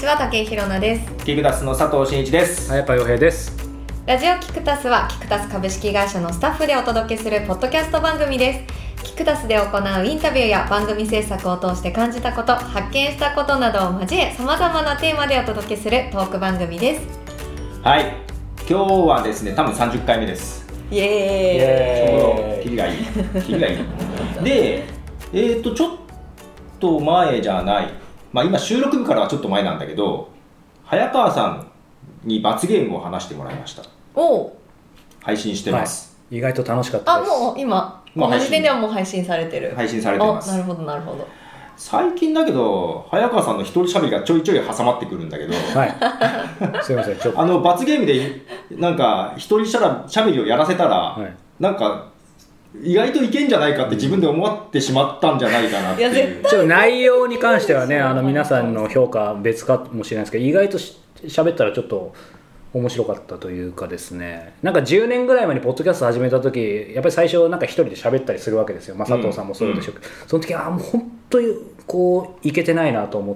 は武井宏奈です。 キクタスの佐藤真一です。 早川洋平です。 ラジオキクタスはキクタス株式会社のスタッフでお届けするポッドキャスト番組です。キクタスで行うインタビューや番組制作を通して感じたこと、発見したことなどを交え様々なテーマでお届けするトーク番組です。 はい、今日はですね多分30回目です。 イエーイ。 キリがいいキリがいいで、ちょっと前じゃない、今収録日からはちょっと前なんだけど、早川さんに罰ゲームを話してもらいました。配信してます、 はい、意外と楽しかったです。 もう今この時点ではもう配信されてる。 配信されてます。 なるほどなるほど。 最近だけど早川さんの一人喋りがちょいちょい挟まってくるんだけど、 はい、すいません、ちょっと罰ゲームでなんか一人喋りをやらせたら、はい、なんか意外といけんじゃないかって自分で思ってしまったんじゃないかなっていう。 ちょっと内容に関してはね、皆さんの評価別かもしれないですけど、意外と喋ったらちょっと面白かったというかですね、なんか10年ぐらい前にポッドキャスト始めた時、やっぱり最初なんか一人で喋ったりするわけですよ。佐藤さんもそうでしょうけど、その時はもう本当にこういけてないなと思って、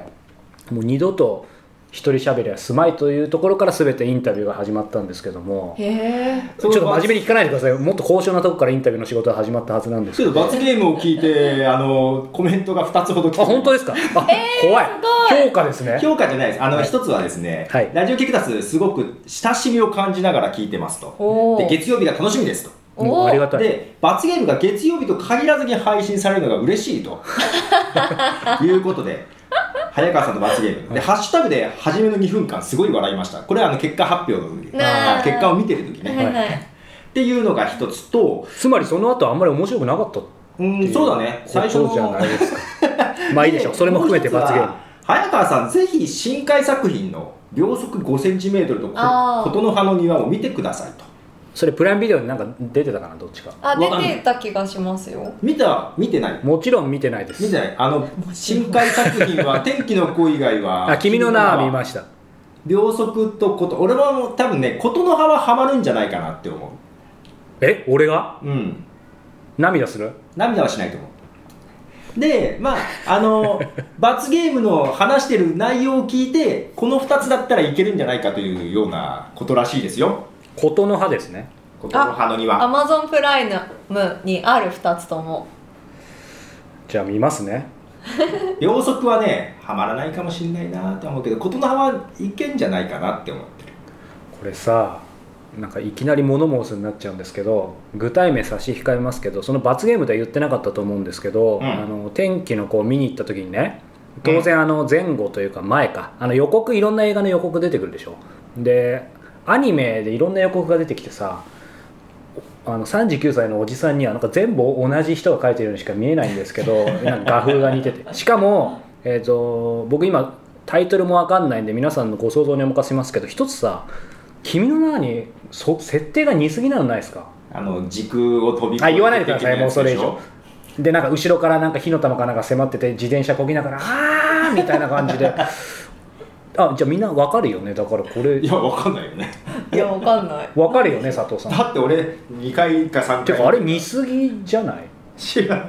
もう二度と一人喋りはすまいというところから全てインタビューが始まったんですけども、ちょっと真面目に聞かないでください。もっと高尚なところからインタビューの仕事が始まったはずなんですけど、 罰ゲームを聞いてコメントが2つほど来て。 あ、本当ですか。怖い。評価ですね。 評価じゃないです。一つはですね、はい、ラジオキクタスすごく親しみを感じながら聞いてますと。で、月曜日が楽しみですと。 ありがたい。 で、罰ゲームが月曜日と限らずに配信されるのが嬉しいということで、早川さんの罰ゲームで、ハッシュタグで初めの2分間すごい笑いました。これは結果発表の時、結果を見てる時ね、はい、っていうのが一つと、 つまりその後あんまり面白くなかったっていうそうだね、 最初じゃないですか。まあいいでしょう、それも含めて罰ゲーム。 早川さんぜひ深海作品の秒速 5cm と琴の葉の庭を見てくださいと。 それプライムビデオになんか出てたかな、どっちか。 出てた気がしますよ。 見てない。 もちろん見てないです。 見てない。深海作品は天気の子以外は君の名は見ました。 秒速と琴、俺はもう多分ね、琴の葉はハマるんじゃないかなって思う。 俺が？涙する？ 涙はしないと思う。で、罰ゲームの話してる内容を聞いて、この2つだったらいけるんじゃないかというようなことらしいですよ。 琴の葉ですね。 琴の葉の庭。 Amazon プライムにある2つとも。 じゃあ見ますね。 秒速はね、ハマらないかもしれないなと思うけど、琴の葉はいけんじゃないかなって思ってる。 これさ、なんかいきなり物申すになっちゃうんですけど、具体名差し控えますけど、その罰ゲームでは言ってなかったと思うんですけど、天気の子を見に行った時にね、当然前後というか前か、予告、いろんな映画の予告出てくるでしょ。でアニメでいろんな予告が出てきてさ、39歳のおじさんにはなんか全部同じ人が描いてるようにしか見えないんですけど、なんか画風が似てて、しかも、僕今タイトルも分かんないんで皆さんのご想像にお任せしますけど、一つさ、君の名に設定が似すぎなのないですか？ 時空を飛び越えて言わないでください、もうそれ以上で、なんか後ろからなんか火の玉かなんか迫ってて、自転車こぎながらあーみたいな感じでじゃあみんな分かるよね。だからこれ、 いや分かんないよね。 いや分かんない。 分かるよね、佐藤さん。 だって俺2回か3回。 てかあれ見すぎじゃない？ 知らん。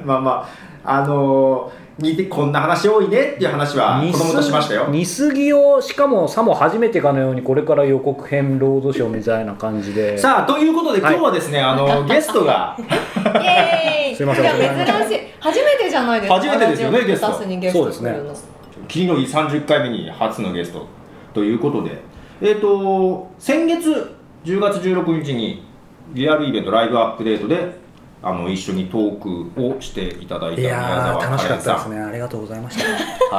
似てこんな話多いねっていう話は子供としましたよ。 似すぎを、しかもさも初めてかのようにこれから予告編ロードショーみたいな感じで。 さあということで今日はですね、ゲストがイエーイ。 すいません。 いや珍しい、初めてじゃないですか。 初めてですよね、ゲスト。 そうですね。 キリのいい30回目に初のゲストということで、先月10月16日にリアルイベントライブアップデートで一緒にトークをしていただいた宮沢カレンさん。 楽しかったですね。ありがとうございました。 はい。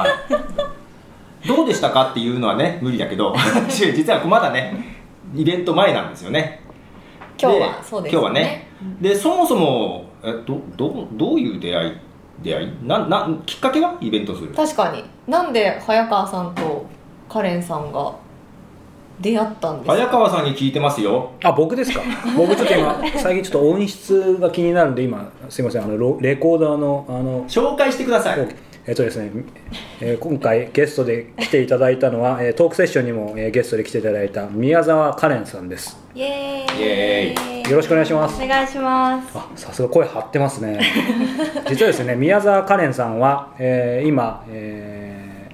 どうでしたかっていうのはね無理だけど実はまだねイベント前なんですよね。 今日はそうですね。 今日はね。でそもそもどういう出会いきっかけはイベントする。 確かに。なんで早川さんとカレンさんが出会ったんですか？ 早川さんに聞いてますよ。 僕ですか？僕ちょっと今最近ちょっと音質が気になるんで、今すいません、レコーダーの紹介してください。 ですね、今回ゲストで来ていただいたのは、トークセッションにも、ゲストで来ていただいた宮沢カレンさんです。 イエーイ。 よろしくお願いします。 お願いします。 さすが声張ってますね。実はですね、宮沢カレンさんは、今、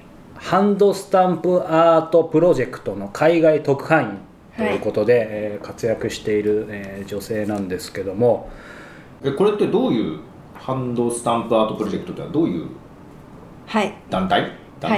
ハンドスタンプアートプロジェクトの海外特派員ということで、活躍している、女性なんですけども、 これってどういうハンドスタンプアートプロジェクトというのはどういう団体？ はい、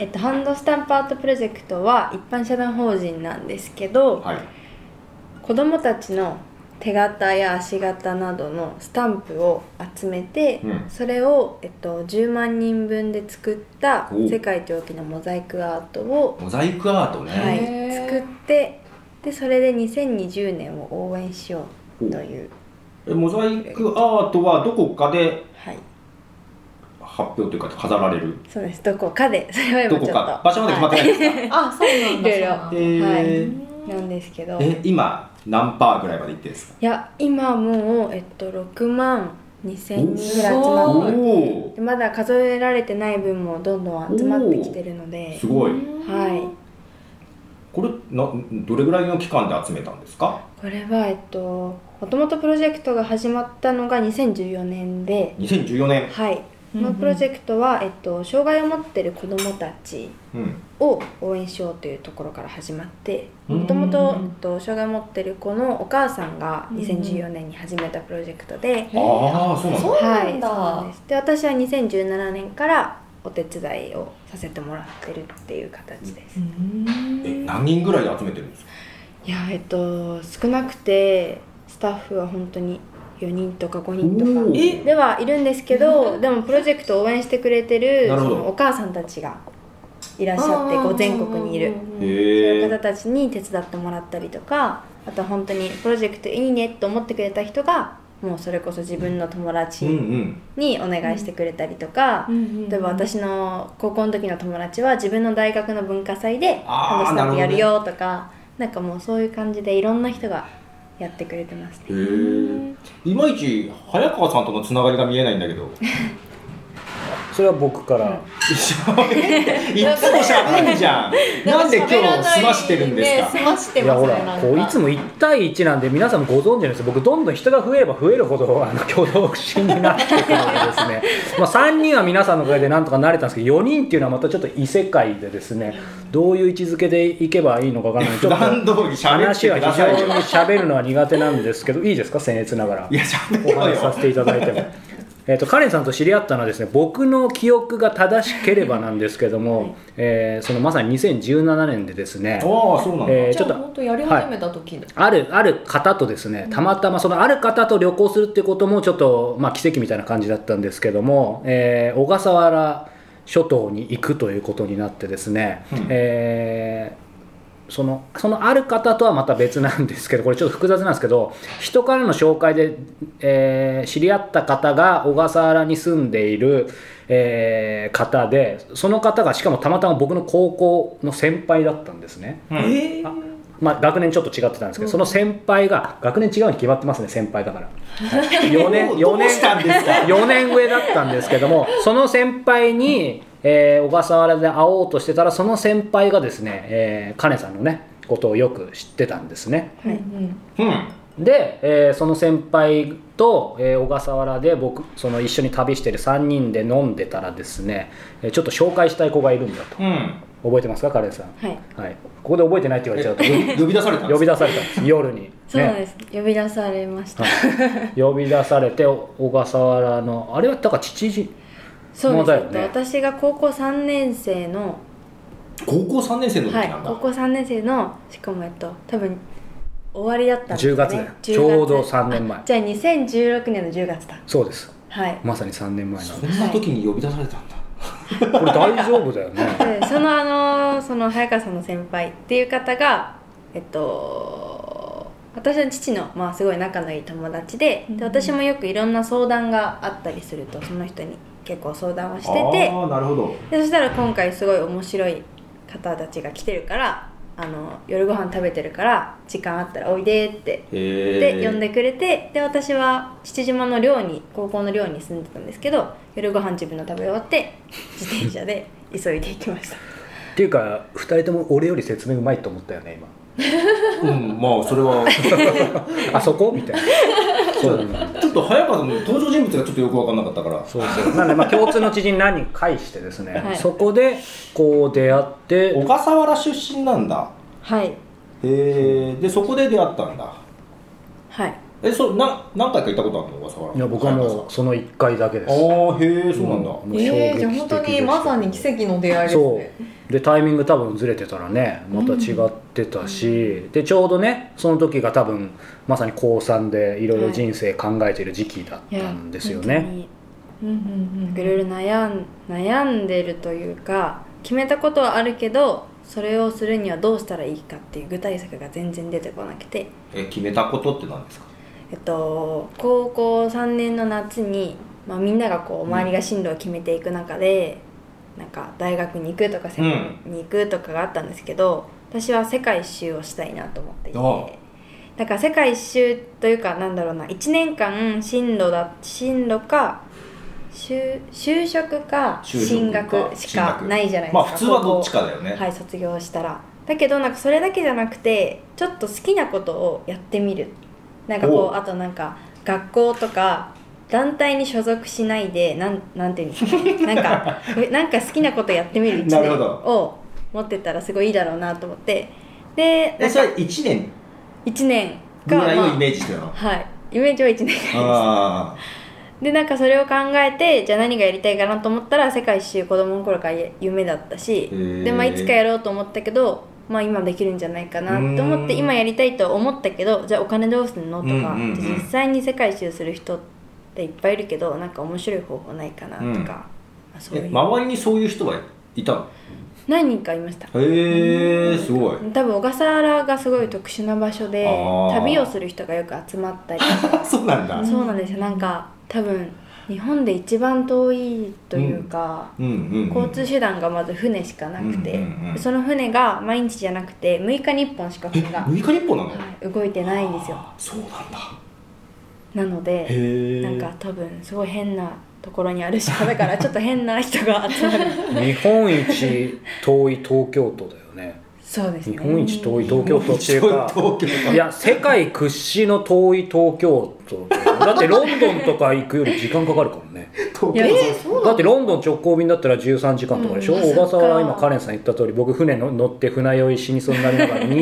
ハンドスタンプアートプロジェクトは一般社団法人なんですけど、 はい、 子どもたちの手形や足形などのスタンプを集めて、それを、10万人分で作った世界一大きなモザイクアートをモザイクアートね、 はい、作ってでそれで2020年を応援しようという。 モザイクアートはどこかではい発表というか飾られる？ そうです、どこかで、それは今ちょっとどこか場所まで決まってないですか？ あ、そうなんだ。 いろいろはいなんですけど、 今何パーぐらいまでいってるんですか？ いや今もう、6万2000人ぐらい集まっていて、まだ数えられてない分もどんどん集まってきてるので、 すごい。 はい。 これどれぐらいの期間で集めたんですか？ これはもともとプロジェクトが始まったのが2014年で、 2014年。 はい。このプロジェクトは、障害を持っている子どもたちを応援しようというところから始まって、もともと障害を持っている子のお母さんが2014年に始めたプロジェクトで、 ああ、そうなんだ。 はい、そうです。で、私は2017年からお手伝いをさせてもらってるっていう形です。 何人ぐらいで集めてるんですか？ いや、少なくてスタッフは本当に4人とか5人とかではいるんですけど、でもプロジェクトを応援してくれてるそのお母さんたちがいらっしゃって、全国にいるそういう方たちに手伝ってもらったりとか、あと本当にプロジェクトいいねと思ってくれた人がもうそれこそ自分の友達にお願いしてくれたりとか、例えば私の高校の時の友達は自分の大学の文化祭でハンドスタンプやるよとか、なんかもうそういう感じでいろんな人がやってくれてますね。 いまいち早川さんとのつながりが見えないんだけど。 それは僕から、 いつも喋るじゃん。なんで今日済ましてるんですか？ 済ましていやますね。 ほらこういつも1対1なんで皆さんもご存知なんですよ。僕どんどん人が増えれば増えるほど挙動不審になってくるのでですね3人は皆さんのおかげでなんとか慣れたんですけど、4人っていうのはまたちょっと異世界でですね、どういう位置づけでいけばいいのかわからない。ちょっと話は非常に喋るのは苦手なんですけど、いいですか、僭越ながらいや喋お話しさせていただいても。カレンさんと知り合ったのはですね、僕の記憶が正しければなんですけども、そのまさに2017年でですね、 そうなんだ。 ちょっと本当やり始めた時で、 ある方とですね、たまたまそのある方と旅行するってこともちょっと、奇跡みたいな感じだったんですけども、小笠原諸島に行くということになってですね、そのある方とはまた別なんですけど、これちょっと複雑なんですけど、人からの紹介で、知り合った方が小笠原に住んでいる、方で、その方がしかもたまたま僕の高校の先輩だったんですね。学年ちょっと違ってたんですけど、その先輩が学年違うに決まってますね、先輩だから4年上だったんですけども、その先輩に小笠原で会おうとしてたら、その先輩がですね、カネさんのねことをよく知ってたんですね。で、その先輩と、小笠原で僕その一緒に旅してる3人で飲んでたらですね、ちょっと紹介したい子がいるんだと、覚えてますか、カレンさん？はい、ここで覚えてないって言われちゃうと呼び出されたんですか？ 呼び出されたんです、夜に、ね、 そうです、呼び出されました呼び出されて、小笠原のあれはだから父島そうだよね。 です、私が高校3年生の高校3年生の時なんだ。 高校3年生の、しかも多分終わりだったんですね。 10月だよ、ちょうど3年前。 じゃあ2016年の10月だ。 そうです、まさに3年前なんです。 そんな時に呼び出されたんだ。 これ大丈夫だよね。 でその早川さんの先輩っていう方が私の父の、すごい仲のいい友達で、私もよくいろんな相談があったりするとその人に結構相談をしてて、 なるほど。 でそしたら今回すごい面白い方たちが来てるから、夜ご飯食べてるから時間あったらおいでってで呼んでくれて、で私は父島の高校の寮に住んでたんですけど、夜ご飯自分の食べ終わって自転車で急いで行きましたっていうか2人とも俺より説明うまいと思ったよね今それはあそこみたいなそうちょっと早川さんの登場人物がちょっとよく分かんなかったから。 そうなんで共通の知人何人か介してですね、 はい、 そこでこう出会って。 小笠原出身なんだ。 はい。 へえ。でそこで出会ったんだ。 はい。 何回か行ったことあるの小笠原？ いや僕はもうその1回だけです。 ああ、へえ、そうなんだ。 じゃあ本当にまさに奇跡の出会いですね。 そうでタイミング多分ずれてたらねまた違ってたし、でちょうどねその時が多分まさに高3でいろいろ人生考えてる時期だったんですよね。 いろいろ悩んでるというか、決めたことはあるけどそれをするにはどうしたらいいかっていう具体策が全然出てこなくて。 決めたことって何ですか？ 高校3年の夏に、みんながこう周りが進路を決めていく中で、なんか大学に行くとか専門に行くとかがあったんですけど、私は世界一周をしたいなと思っていて、だから世界一周というか1年間進路か就職か進学しかないじゃないですか。 普通はどっちかだよね。 はい、卒業したら。だけどそれだけじゃなくてちょっと好きなことをやってみる。あと学校とか団体に所属しないでなんていうんですかねなんか好きなことやってみる1年を持ってたらすごいいいだろうなと思って、でそれ1年ぐらいをイメージしてるの？はい、 イメージは1年でそれを考えて、じゃあ何がやりたいかなと思ったら世界一周子供の頃から夢だったし、でいつかやろうと思ったけど今できるんじゃないかなと思って今やりたいと思ったけど、じゃあお金どうするのとか、実際に世界一周する人っていっぱいいるけど面白い方法ないかなとか、 そういう周りにそういう人はいたの？ 何人かいました。 へえ、すごい。 多分小笠原がすごい特殊な場所で旅をする人がよく集まったりそうなんだ。 そうなんですよ。多分日本で一番遠いというか、交通手段がまず船しかなくて、その船が毎日じゃなくて6日に1本しか船が 6日に1本なの？ 動いてないんですよ。 そうなんだ。 なので多分すごい変なところにあるし、だからちょっと変な人が集まる日本一遠い東京都だよね。 そうですね。 日本一遠い東京都っていうか、いや世界屈指の遠い東京都だってロンドンとか行くより時間かかるからね。だってロンドン直行便だったら13時間とかでしょ。小笠原今カレンさん言った通り、僕船乗って船酔い死にそうになりながら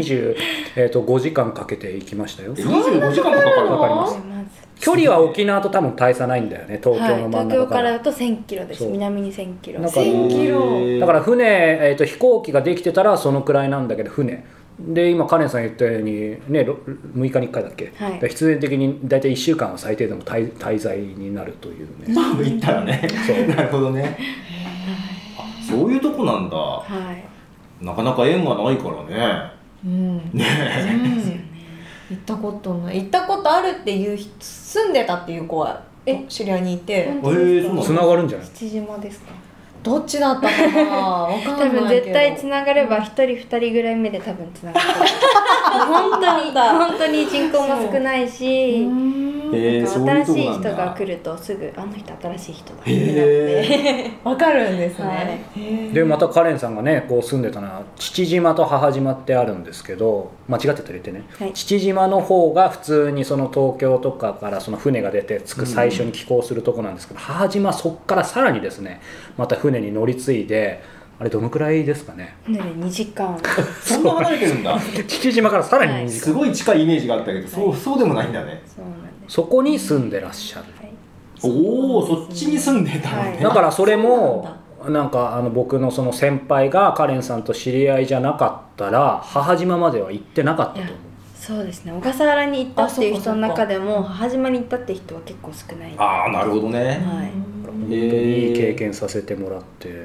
25時間かけて行きましたよ。 25時間もかかるの？ かかります。距離は沖縄と多分大差ないんだよね。東京の真ん中から、 東京からだと1000キロです。南に1000キロ。 1000キロだから船、飛行機ができてたらそのくらいなんだけど、船で今カレンさん言ったようにね、6日に1回だっけ、必然的に大体1週間は最低でも滞在になるというね。 行ったらね。そうなるほどね。そういうとこなんだ。なかなか縁がないからね。 行ったことあるっていう人、住んでたっていう子は知り合いにいて、 つながるんじゃない？ 父島ですか？ どっちだったかな分かんないけど、多分絶対つながれば1人2人ぐらい目で多分つながって本当に人口も少ないし、新しい人が来るとすぐあの人新しい人だってなって分かるんですね。 でまたカレンさんがねこう住んでたのは父島と母島ってあるんですけど、間違ってたら言ってね、父島の方が普通にその東京とかからその船が出て着く最初に寄港するとこなんですけど、母島そっからさらにですねまた船に乗り継いで、あれどのくらいですかね。 船で2時間。 そんな離れてるんだ。 父島からさらに2時間。 すごい近いイメージがあったけど、そうでもないんだね。 そこに住んでらっしゃる。 おお、そっちに住んでたのね。 だからそれもなんか僕のその先輩がカレンさんと知り合いじゃなかったら母島までは行ってなかったと思う。 そうですね。小笠原に行ったっていう人の中でも母島に行ったって人は結構少ない。 ああ、なるほどね。 本当にいい経験させてもらって。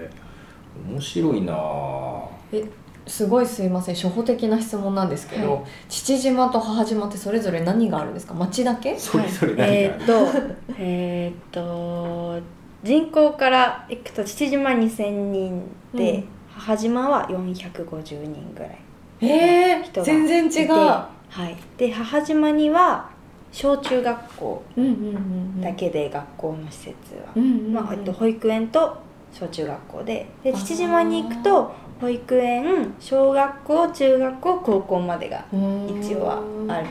面白いな。 すごいすいません、初歩的な質問なんですけど、父島と母島ってそれぞれ何があるんですか？町だけ？ それぞれ何がある？人口からいくと父島2000人で、母島は450人ぐらい人が全然違う。 で母島には小中学校だけで学校の施設は、保育園と小中学校で、父島に行くと保育園、小学校、中学校、高校までが一応はある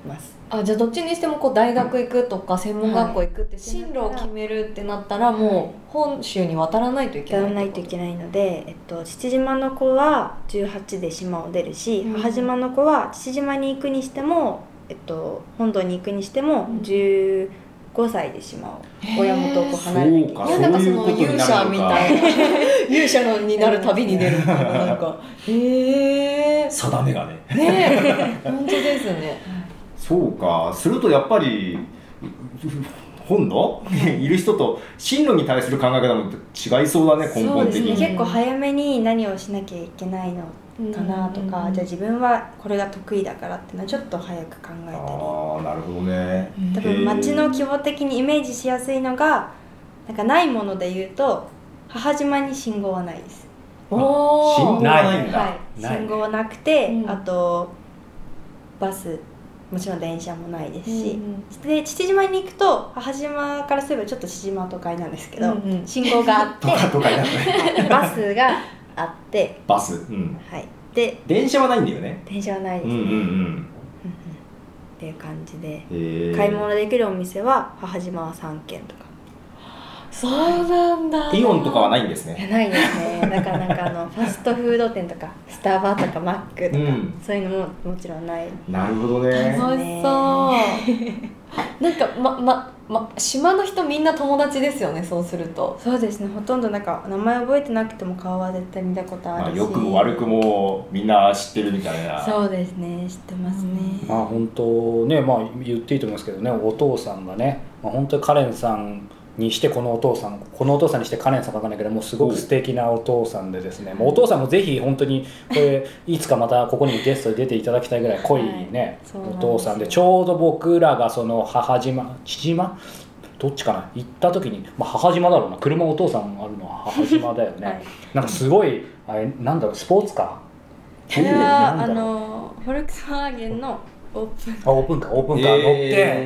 ます。 じゃあどっちにしてもこう大学行くとか専門学校行くって進路を決めるってなったらもう本州に渡らないといけない。 渡らないといけないので、父島の子は18で島を出るし、母島の子は父島に行くにしても、本土に行くにしても15歳で島を親元を離れなきゃいけない。 なんかその勇者みたいな勇者になる旅に出るみたいな、なんか定めがね本当ですね。 そうか、するとやっぱり本土いる人と進路に対する考え方も違いそうだね、根本的に。 そうですね、結構早めに何をしなきゃいけないのかなとか、じゃあ自分はこれが得意だからっていうのはちょっと早く考えたり。 ああ、なるほどね。 多分街の規模的にイメージしやすいのが、なんかないもので言うと母島に信号はないです。 信号はないんだ。 はい、信号はなくて、あとバス、もちろん電車もないですし、で父島に行くと母島からすればちょっと父島は都会なんですけど、信号があって都会なんだねバスがあってバス、 はい、で電車はないんだよね。 電車はないですね、っていう感じで、買い物できるお店は母島は3軒とか。 そうなんだ。 イオンとかはないんですね。 ないですね。だからなんかファストフード店とかスタバとかマックとか、そういうのももちろんない。 なるほどね。 楽しそうなんか島の人みんな友達ですよね、そうすると。 そうですね、ほとんどなんか名前覚えてなくても顔は絶対見たことあるし、 良くも悪くもみんな知ってるみたいな。 そうですね、知ってますね。 本当ね、言っていいと思いますけどね、お父さんがね、本当にカレンさんにしてこのお父さんにしてカレンさんか分かんないけど、もうすごく素敵なお父さんでですね、もうお父さんもぜひ本当にこれいつかまたここにゲストで出ていただきたいぐらい濃いね、お父さんで、ちょうど僕らがその母島父島どっちかな行った時に、母島だろうな、車お父さんあるのは母島だよね、なんかすごいあれなんだろう、スポーツカー、 これはフォルクスワーゲンのオープンカー乗って、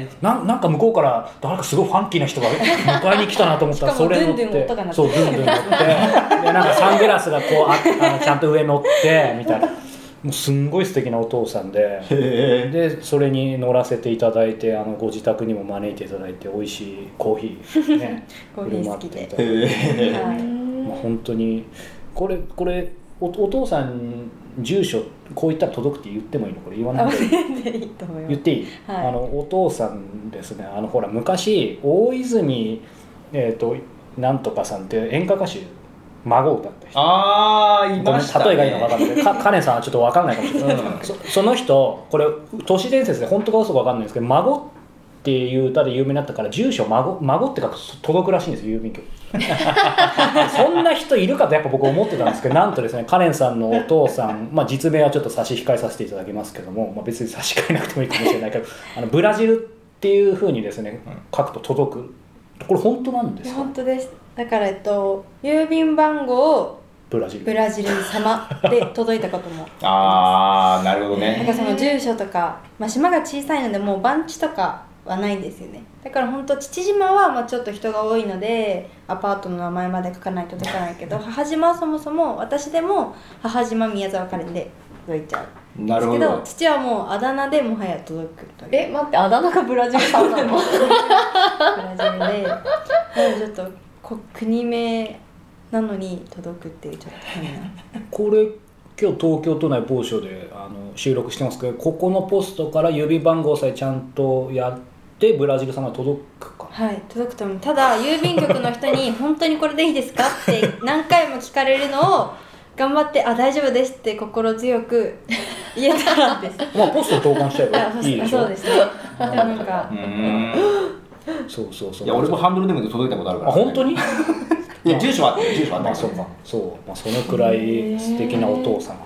なんか向こうから誰かすごいファンキーな人が迎えに来たなと思ったら、それ乗って、そうドゥンドゥン乗ってで、なんかサングラスがこうちゃんと上乗ってみたいな、もうすんごい素敵なお父さんで、それに乗らせていただいて、ご自宅にも招いていただいて、美味しいコーヒーね振る舞っていただいて、本当にこれお父さん住所こう言ったら届くって言ってもいいの？これ言わないでいいと思います。言っていい？お父さんですね、ほら昔大泉なんとかさんって演歌歌手孫を歌った人、いましたね。例えがいいのか分かんないけどカレンさんはちょっと分かんないかもしれない、その人、これ都市伝説で本当か嘘か分かんないんですけど、孫っていう歌で有名になったから、住所孫って書くと届くらしいんですよ、郵便局そんな人いるかとやっぱ僕思ってたんですけど、なんとですね、カレンさんのお父さん、実名はちょっと差し控えさせていただきますけども、別に差し控えなくてもいいかもしれないけどブラジルっていう風にですね書くと届く、これ本当なんですか？ 本当です。だから郵便番号ブラジル様で届いたこともなるほどね。 なんかその住所とか、島が小さいのでもう番地とかはないんですよね。だから本当父島はちょっと人が多いのでアパートの名前まで書かないと届かないけど、母島はそもそも私でも母島宮沢カレンで届いちゃう。なるほど。ですけど父はもうあだ名でもはや届くという。 待って、あだ名がブラジルさんなの？ブラジルで、ちょっと国名なのに届くっていう、ちょっと変なこれ今日東京都内某所で収録してますけど、ここのポストから指番号さえちゃんとやってブラジルさんが届くか。 はい、届くと思う。ただ郵便局の人に本当にこれでいいですかって何回も聞かれるのを頑張って大丈夫ですって心強く言えたらですポスト投函しちゃえばいいでしょ。 そうですね。なんかそういや俺もハンドルネームで届いたことあるから、 本当にいや住所はそうか、そのくらい素敵なお父さん。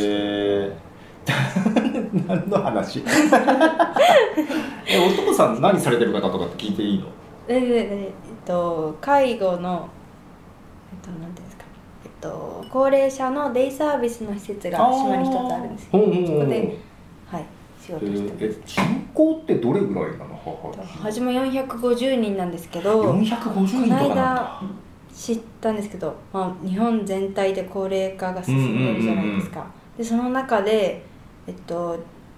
何の話お父さん何されてる方とかって聞いていいの？ 介護のなんていうんですか、高齢者のデイサービスの施設が島に一つあるんですよ。そこで仕事してます。 人口ってどれぐらいなの？ 初め450人なんですけど、 450人とかなんだ。 この間知ったんですけど、日本全体で高齢化が進んでるじゃないですか。でその中で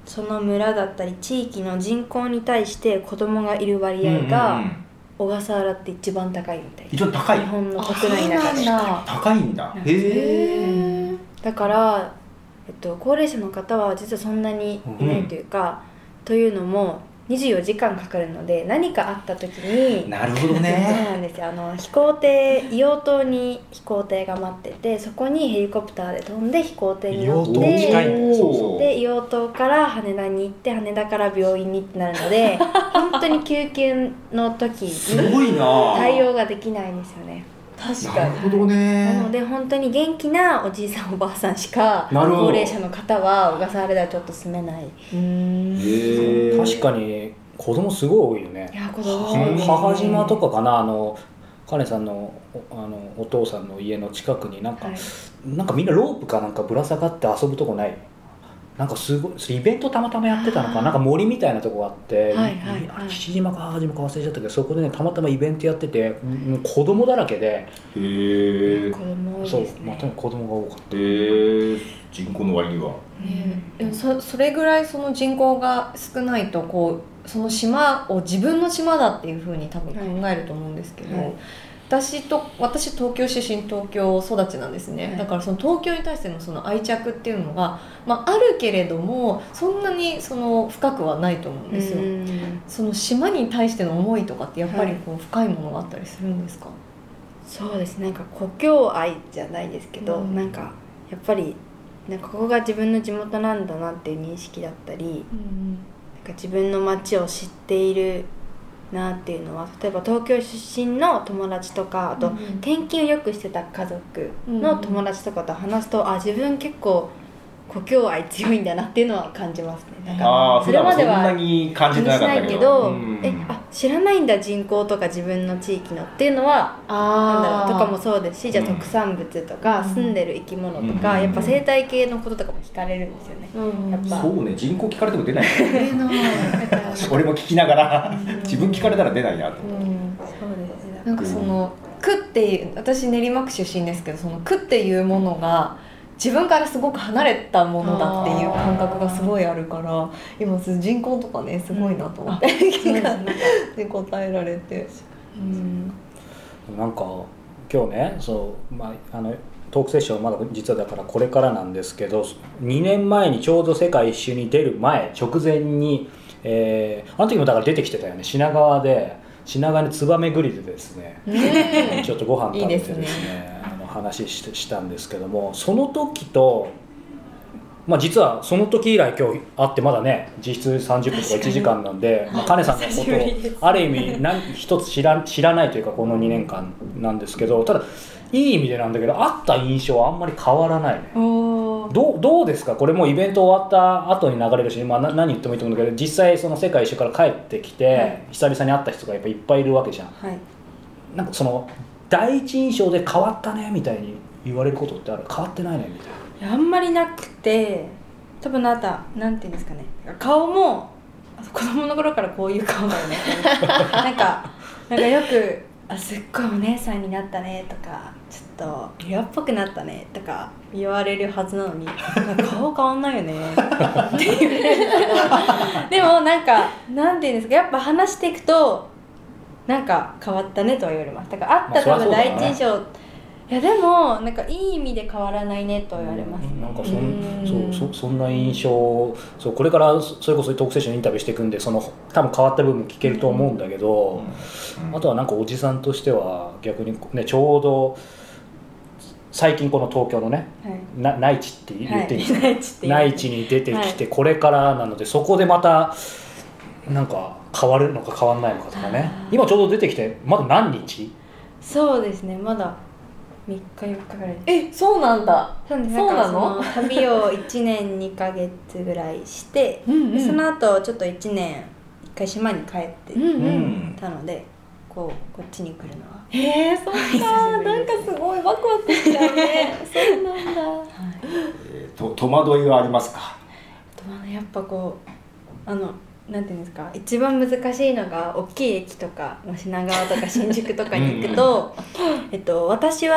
その村だったり地域の人口に対して子供がいる割合が小笠原って一番高いみたいな。 一番高い。 日本の国内の中で高いんだ。へえ。 だから、高齢者の方は実はそんなにいないというか、というのも24時間かかるので、何かあった時になるほどね。 そうなんですよ。飛行艇、硫黄島に飛行艇が待ってて、そこにヘリコプターで飛んで飛行艇に乗って、 硫黄島近いんだ。 そうそう。 で硫黄島から羽田に行って、羽田から病院にってなるので本当に救急の時すにごいな。 対応ができないんですよね。 確かに。 なるほどね。 なので本当に元気なおじいさんおばあさんしかなるほど高齢者の方は小笠原ではちょっと住めない。 へえ。 確かに子供すごい多いよね。 いや子供多いですね。 母島とかかな、カネさんのお父さんの家の近くになんかみんなロープかなんかぶら下がって遊ぶとこない？なんかすごいイベントたまたまやってたのか、なんか森みたいなとこがあって、父島か母島か忘れちゃったけど、そこでねたまたまイベントやってて、もう子供だらけで。 へえ。 子供多いそうですね。 とにかく子供が多かった。 へえ。人口の割には。 でもそれぐらいその人口が少ないとこうその島を自分の島だっていう風に多分考えると思うんですけど、私東京出身、東京育ちなんですね、だからその東京に対してのその愛着っていうのが、あるけれどもそんなにその深くはないと思うんですよ。その島に対しての思いとかってやっぱりこう深いものがあったりするんですか？ そうですね。なんか故郷愛じゃないですけど、なんかやっぱりなんかここが自分の地元なんだなっていう認識だったり、なんか自分の街を知っているなっていうのは、例えば東京出身の友達とか、あと転勤をよくしてた家族の友達とかと話すと、自分結構故郷愛強いんだなっていうのは感じますね。なんかそれまではそんなに感じてなかったけど、 知らないんだ人口とか自分の地域のっていうのはなんだろうとかもそうですし、じゃあ特産物とか住んでる生き物とか、やっぱ生態系のこととかも聞かれるんですよね。やっぱそうね、人口聞かれても出ない俺も聞きながら自分聞かれたら出ないなと。 そうですね。 なんかその区っていう、私練馬区出身ですけど、その区っていうものが自分からすごく離れたものだっていう感覚がすごいあるから、今人口とかねすごいなと思って、で答えられて、 なんか今日ね、トークセッションまだ実はだからこれからなんですけど、2年前にちょうど世界一周に出る直前に、あの時もだから出てきてたよね、品川にツバメグリルでですねちょっとご飯食べてですね、話したんですけども、その時と、実はその時以来今日会ってまだね実質30分とか1時間なんで、カネさんのことをある意味一つ知らないというか、この2年間なんですけど、ただいい意味でなんだけど、会った印象はあんまり変わらないね。どうですかこれ？もうイベント終わった後に流れるし、何言ってもいいと思うんだけど、実際その世界一周から帰ってきて、久々に会った人がやっぱいっぱいいるわけじゃん。なんかその第一印象で変わったねみたいに言われることってある？変わってないねみたいな。 あんまりなくて、多分なんていうんですかね、顔も子供の頃からこういう顔だよねなんかよくすっごいお姉さんになったねとか、ちょっとリアっぽくなったねとか言われるはずなのに、顔変わんないよねって言われるんですけどでもなんていうんですか、やっぱ話していくとなんか変わったねとは言われます。だから会った多分第一印象、いやでもなんかいい意味で変わらないねと言われます、 なんかそんな印象、これからそれこそトークセッションインタビューしていくんで、多分変わった部分聞けると思うんだけど、あとはなんかおじさんとしては逆にね、ちょうど最近この東京のね、内地って言っていいですか、内地に出てきてこれからなので、そこでまたなんか変わるのか変わらないのかとかね。今ちょうど出てきてまだ何日？ そうですね、まだ3日4日ぐらい。 そうなんだ。 そうなの？旅を1年2ヶ月ぐらいしてでその後ちょっと1年1回島に帰ってたので、こっちに来るのはそっかなんかすごいワクワクしちゃうねそうなんだ。 戸惑いはありますか？ やっぱなんていうんですか、一番難しいのが大きい駅とか品川とか新宿とかに行くと私は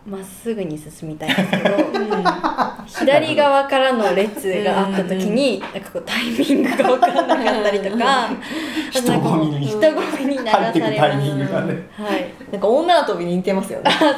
まっすぐに進みたいんですけど、左側からの列があった時になんかこうタイミングが分からなかったりとか人混みに流されます。 タイミングがね、 はい、 なんか女跳びに似てますよね。 はい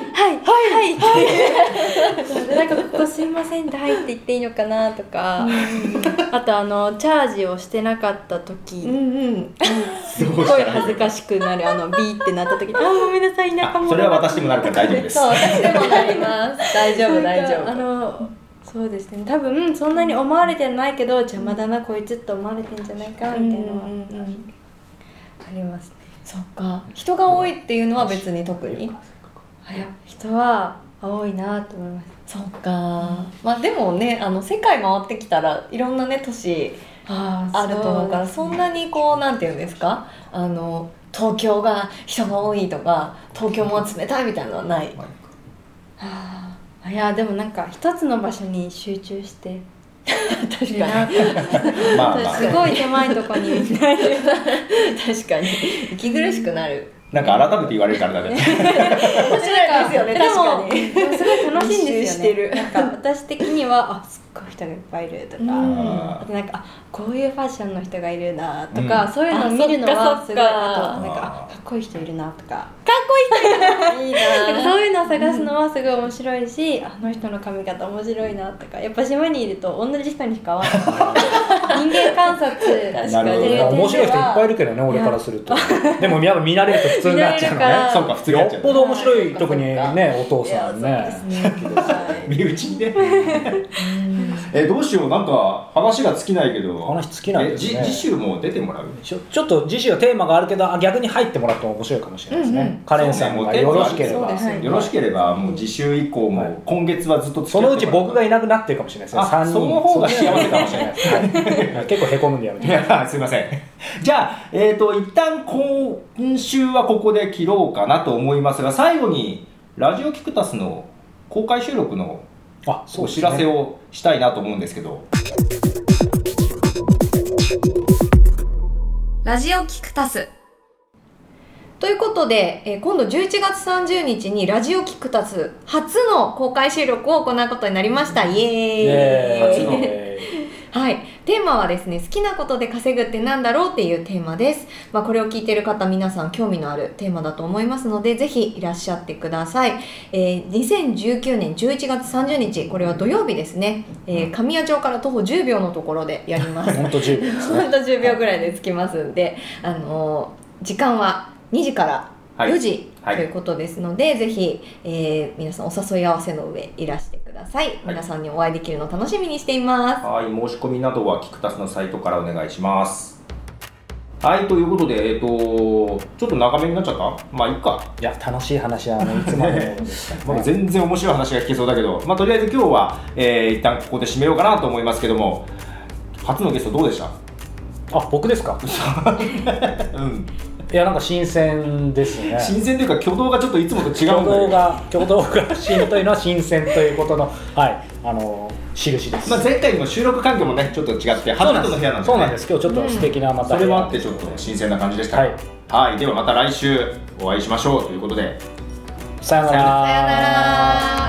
はいなんかここすいませんって入っていっていいのかなとか、あとチャージをしてなかった時、すっごい恥ずかしくなるビーってなった時にごめんなさい仲間。 それは私でもなるから大丈夫です。 そう私でもなります大丈夫そうですね、多分そんなに思われてないけど邪魔だなこいつって思われてんじゃないかみたいなのはありますね。 そっか、人が多いっていうのは別に特に人は多いなと思います。 そっか、まあでもね世界回ってきたらいろんなね都市あると思うから、そんなにこうなんていうんですか、東京が人が多いとか東京も冷たいみたいなのはない。 いやでもなんか一つの場所に集中して確かにすごい狭いとこにみんないる確かに息苦しくなる。 なんか改めて言われるからだね。 面白いですよね。確かにでもすごい楽しいんですよね。 なんか私的にはすっごい人がいっぱいいるとか、あとなんかこういうファッションの人がいるなとか、そういうのを見るのはすごい、あとなんかかっこいい人いるなとか、かっこいい人いるないいなそういうのを探すのはすごい面白いし、あの人の髪型面白いなとか、やっぱ島にいると同じ人にしか会わない人間観察してる面白い人いっぱいいるけどね、俺からすると。でもやっぱ見慣れると普通になっちゃうのね。 そうか、普通になっちゃう。 よっぽど面白い、特にね、お父さんね。 身内にね。どうしよう、なんか話が尽きないけど。 話尽きないですね。 次週も出てもらう？ ちょっと次週はテーマがあるけど、逆に入ってもらっても面白いかもしれないですね。カレンさんがよろしければ。 よろしければ、もう次週以降も今月はずっとそのうち僕がいなくなってるかもしれないですね。3人。 その方が幸せかもしれないです。 結構へこむんでやめて。 すいません。じゃあ、一旦今週はここで切ろうかなと思いますが、最後にラジオキクタスの公開収録のお知らせをしたいなと思うんですけど。 ラジオキクタスということで、今度11月30日にラジオキクタス初の公開収録を行うことになりました。イエーイ、初のはい、テーマはですね、好きなことで稼ぐってなんだろうっていうテーマです。これを聞いている方、皆さん興味のあるテーマだと思いますので、ぜひいらっしゃってください。2019年11月30日、これは土曜日ですね。神谷町から徒歩10秒のところでやります。 本当10秒ですね。 本当10秒ぐらいで着きますんで、時間は2時から4時、ということですので、ぜひ、皆さんお誘い合わせの上いらしてください。皆さんにお会いできるのを楽しみにしています。 はい、申し込みなどはキクタスのサイトからお願いします。はい、ということで、ちょっと長めになっちゃった？まあいいか。 いや、楽しい話はいつまでもですからね。 全然面白い話が聞けそうだけど、とりあえず今日は、一旦ここで締めようかなと思いますけども、初のゲストどうでした？ 僕ですか？ うん。 いや、なんか新鮮ですね。 新鮮というか挙動がちょっといつもと違うんだよ。 挙動が新というのは新鮮ということの、印です。 前回の収録環境もねちょっと違って初めての部屋なんで、ね、 そうなんです。今日ちょっと素敵なまた、 それもあってちょっと新鮮な感じでした。はい、ではまた来週お会いしましょうということで、 さよなら。 さよなら。